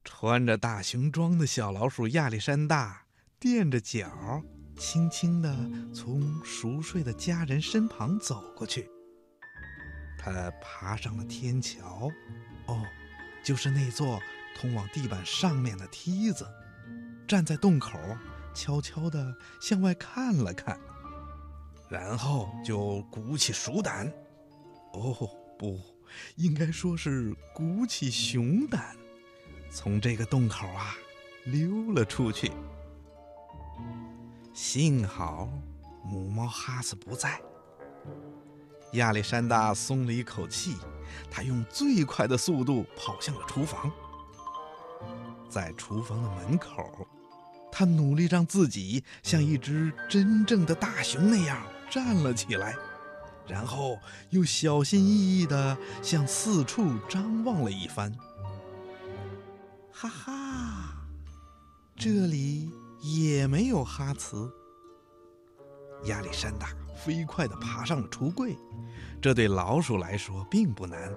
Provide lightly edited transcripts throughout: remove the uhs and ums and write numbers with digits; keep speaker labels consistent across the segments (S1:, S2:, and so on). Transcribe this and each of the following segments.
S1: 穿着大熊装的小老鼠亚历山大垫着脚，轻轻地从熟睡的家人身旁走过去。他爬上了天桥，就是那座通往地板上面的梯子，站在洞口，悄悄地向外看了看，然后就鼓起鼠胆，不，应该说是鼓起熊胆，从这个洞口溜了出去。幸好母猫哈斯不在，亚历山大松了一口气，他用最快的速度跑向了厨房。在厨房的门口，他努力让自己像一只真正的大熊那样站了起来，然后又小心翼翼地向四处张望了一番。哈哈，这里也没有哈茨。亚历山大飞快地爬上了橱柜，这对老鼠来说并不难。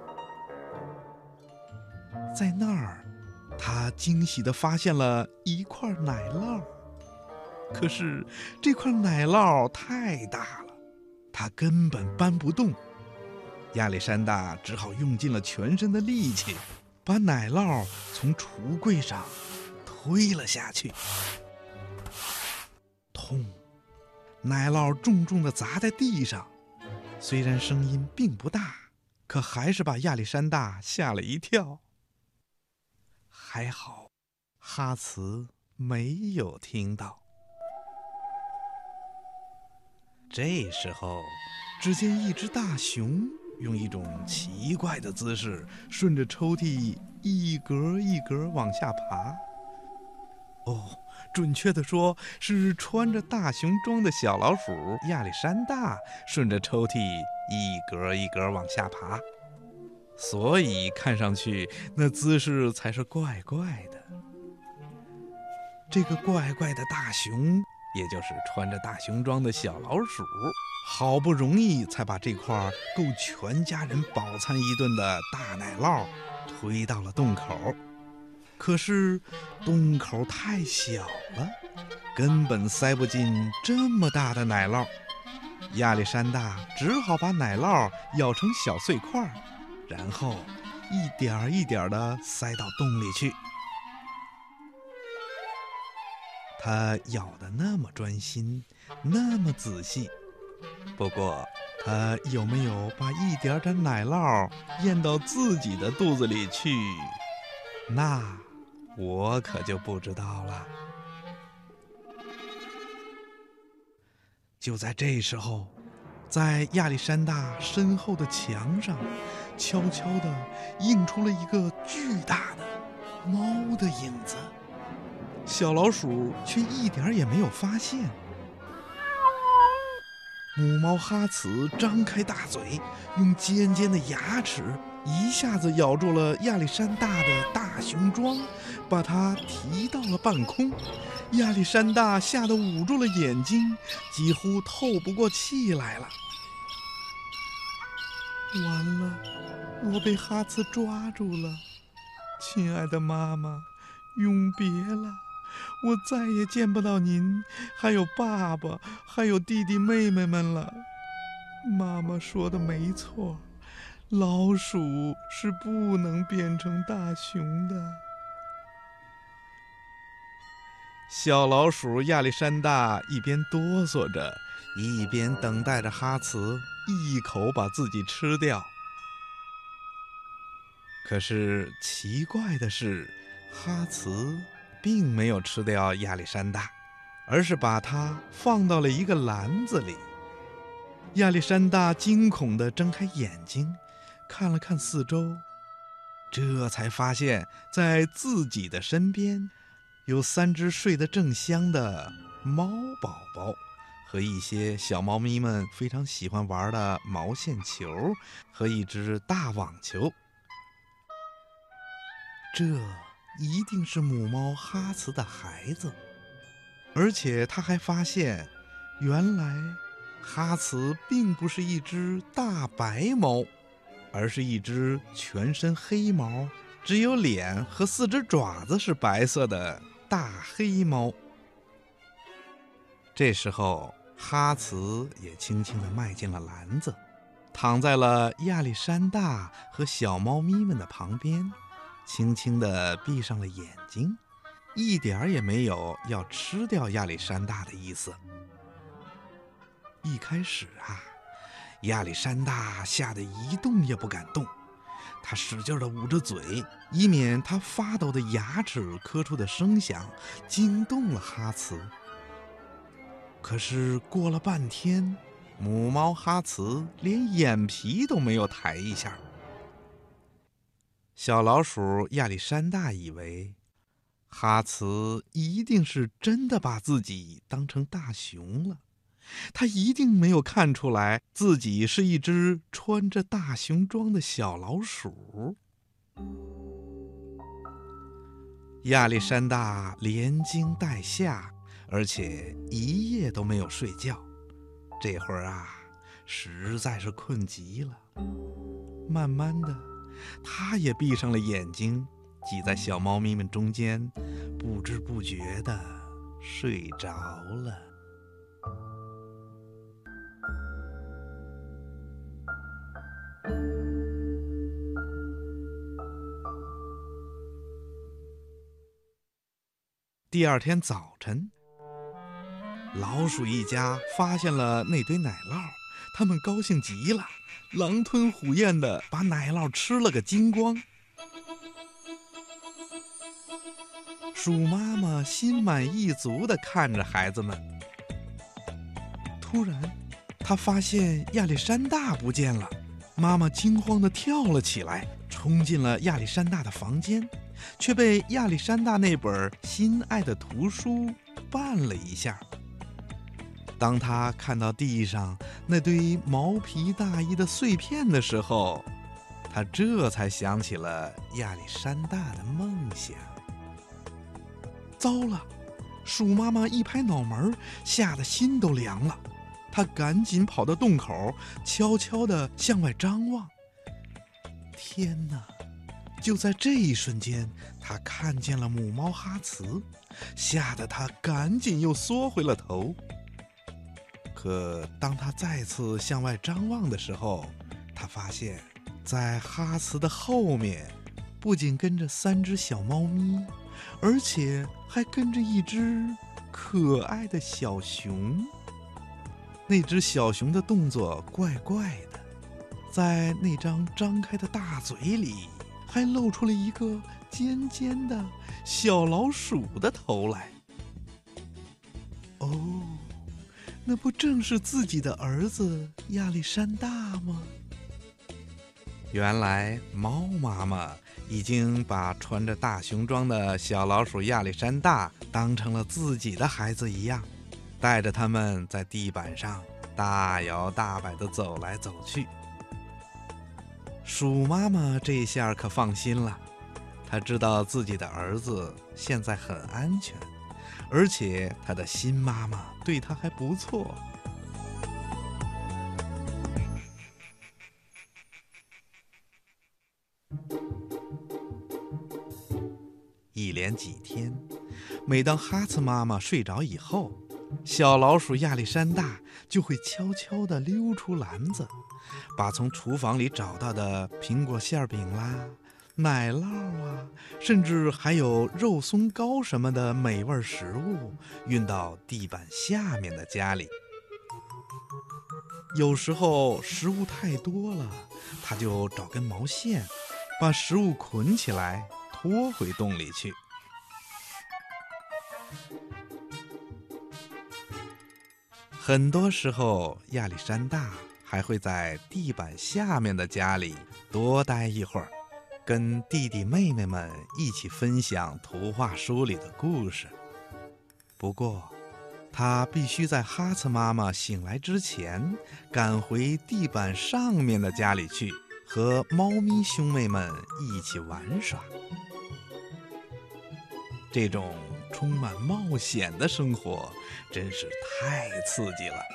S1: 在那儿，他惊喜地发现了一块奶酪，可是这块奶酪太大了，他根本搬不动。亚历山大只好用尽了全身的力气，把奶酪从橱柜上推了下去。痛！奶酪重重地砸在地上，虽然声音并不大，可还是把亚历山大吓了一跳。还好，哈茨没有听到。这时候，只见一只大熊用一种奇怪的姿势，顺着抽屉一格一格往下爬。准确地说，是穿着大熊装的小老鼠亚历山大顺着抽屉一格一格往下爬，所以看上去那姿势才是怪怪的。这个怪怪的大熊，也就是穿着大熊装的小老鼠，好不容易才把这块够全家人饱餐一顿的大奶酪推到了洞口。可是洞口太小了，根本塞不进这么大的奶酪。亚历山大只好把奶酪咬成小碎块，然后一点一点地塞到洞里去。他咬得那么专心，那么仔细，不过他有没有把一点点奶酪咽到自己的肚子里去，那我可就不知道了。就在这时候，在亚历山大身后的墙上，悄悄地映出了一个巨大的猫的影子，小老鼠却一点也没有发现。母猫哈茨张开大嘴，用尖尖的牙齿一下子咬住了亚历山大的大熊装，把它提到了半空。亚历山大吓得捂住了眼睛，几乎透不过气来了。完了，我被哈茨抓住了，亲爱的妈妈，永别了，我再也见不到您，还有爸爸，还有弟弟妹妹们了。妈妈说的没错，老鼠是不能变成大熊的。小老鼠亚历山大一边哆嗦着，一边等待着哈茨一口把自己吃掉。可是奇怪的是，哈茨并没有吃掉亚历山大，而是把它放到了一个篮子里。亚历山大惊恐地睁开眼睛，看了看四周，这才发现在自己的身边有3只睡得正香的猫宝宝，和一些小猫咪们非常喜欢玩的毛线球和一只大网球。这一定是母猫哈茨的孩子，而且他还发现，原来哈茨并不是一只大白猫，而是一只全身黑毛、 只有脸和4只爪子是白色的大黑猫。这时候，哈茨也轻轻地迈进了篮子，躺在了亚历山大和小猫咪们的旁边，轻轻地闭上了眼睛，一点儿也没有要吃掉亚历山大的意思。一开始亚历山大吓得一动也不敢动，他使劲地捂着嘴，以免他发抖的牙齿磕出的声响惊动了哈茨。可是过了半天，母猫哈茨连眼皮都没有抬一下。小老鼠亚历山大以为哈茨一定是真的把自己当成大熊了，他一定没有看出来自己是一只穿着大熊装的小老鼠。亚历山大连惊带吓，而且一夜都没有睡觉。这会儿实在是困极了。慢慢的，他也闭上了眼睛，挤在小猫咪们中间，不知不觉地睡着了。第二天早晨，老鼠一家发现了那堆奶酪，他们高兴极了，狼吞虎咽地把奶酪吃了个精光。鼠妈妈心满意足地看着孩子们。突然，她发现亚历山大不见了，妈妈惊慌地跳了起来，冲进了亚历山大的房间，却被亚历山大那本心爱的图书绊了一下。当他看到地上那堆毛皮大衣的碎片的时候，他这才想起了亚历山大的梦想。糟了！鼠妈妈一拍脑门，吓得心都凉了。她赶紧跑到洞口，悄悄地向外张望。天哪！就在这一瞬间，她看见了母猫哈茨，吓得她赶紧又缩回了头。可当她再次向外张望的时候，她发现，在哈茨的后面，不仅跟着3只小猫咪，而且还跟着一只可爱的小熊。那只小熊的动作怪怪的，在那张张开的大嘴里，还露出了一个尖尖的小老鼠的头来。哦，那不正是自己的儿子亚历山大吗？原来猫妈妈已经把穿着大熊装的小老鼠亚历山大当成了自己的孩子一样，带着他们在地板上大摇大摆地走来走去。鼠妈妈这下可放心了，她知道自己的儿子现在很安全，而且她的新妈妈对她还不错。一连几天，每当哈茨妈妈睡着以后，小老鼠亚历山大就会悄悄地溜出篮子，把从厨房里找到的苹果馅饼啦、奶酪甚至还有肉松糕什么的美味食物运到地板下面的家里。有时候食物太多了，他就找根毛线，把食物捆起来拖回洞里去。很多时候，亚历山大还会在地板下面的家里多待一会儿，跟弟弟妹妹们一起分享图画书里的故事。不过，他必须在哈茨妈妈醒来之前，赶回地板上面的家里去，和猫咪兄妹们一起玩耍。这种充满冒险的生活真是太刺激了。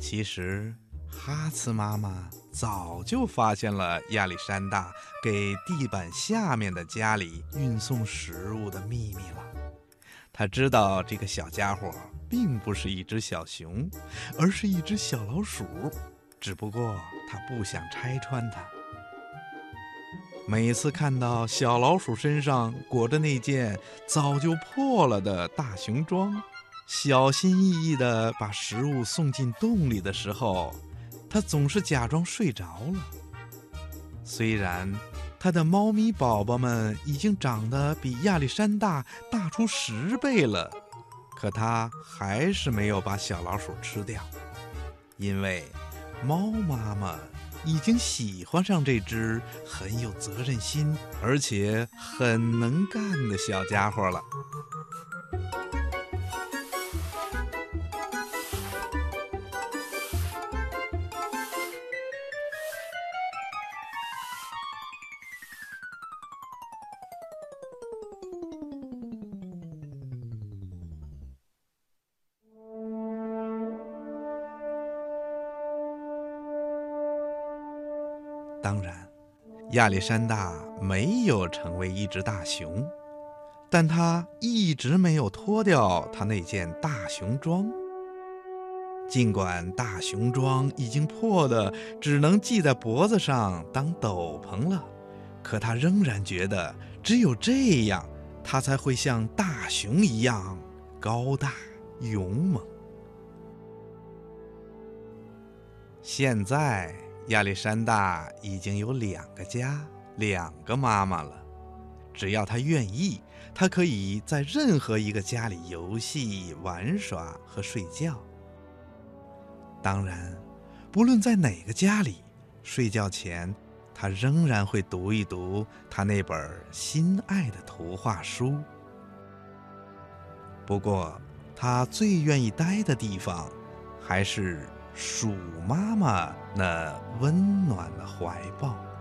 S1: 其实，哈茨妈妈早就发现了亚历山大给地板下面的家里运送食物的秘密了。她知道这个小家伙并不是一只小熊，而是一只小老鼠，只不过她不想拆穿它。每次看到小老鼠身上裹着那件早就破了的大熊装，小心翼翼地把食物送进洞里的时候，他总是假装睡着了。虽然他的猫咪宝宝们已经长得比亚历山大大出10倍了，可他还是没有把小老鼠吃掉，因为猫妈妈已经喜欢上这只很有责任心而且很能干的小家伙了。当然，亚历山大没有成为一只大熊，但他一直没有脱掉他那件大熊装。尽管大熊装已经破得只能系在脖子上当斗篷了，可他仍然觉得只有这样，他才会像大熊一样高大勇猛。现在亚历山大已经有2个家，2个妈妈了。只要他愿意，他可以在任何一个家里游戏、玩耍和睡觉。当然，不论在哪个家里，睡觉前他仍然会读一读他那本心爱的图画书。不过，他最愿意待的地方还是鼠妈妈那温暖的怀抱。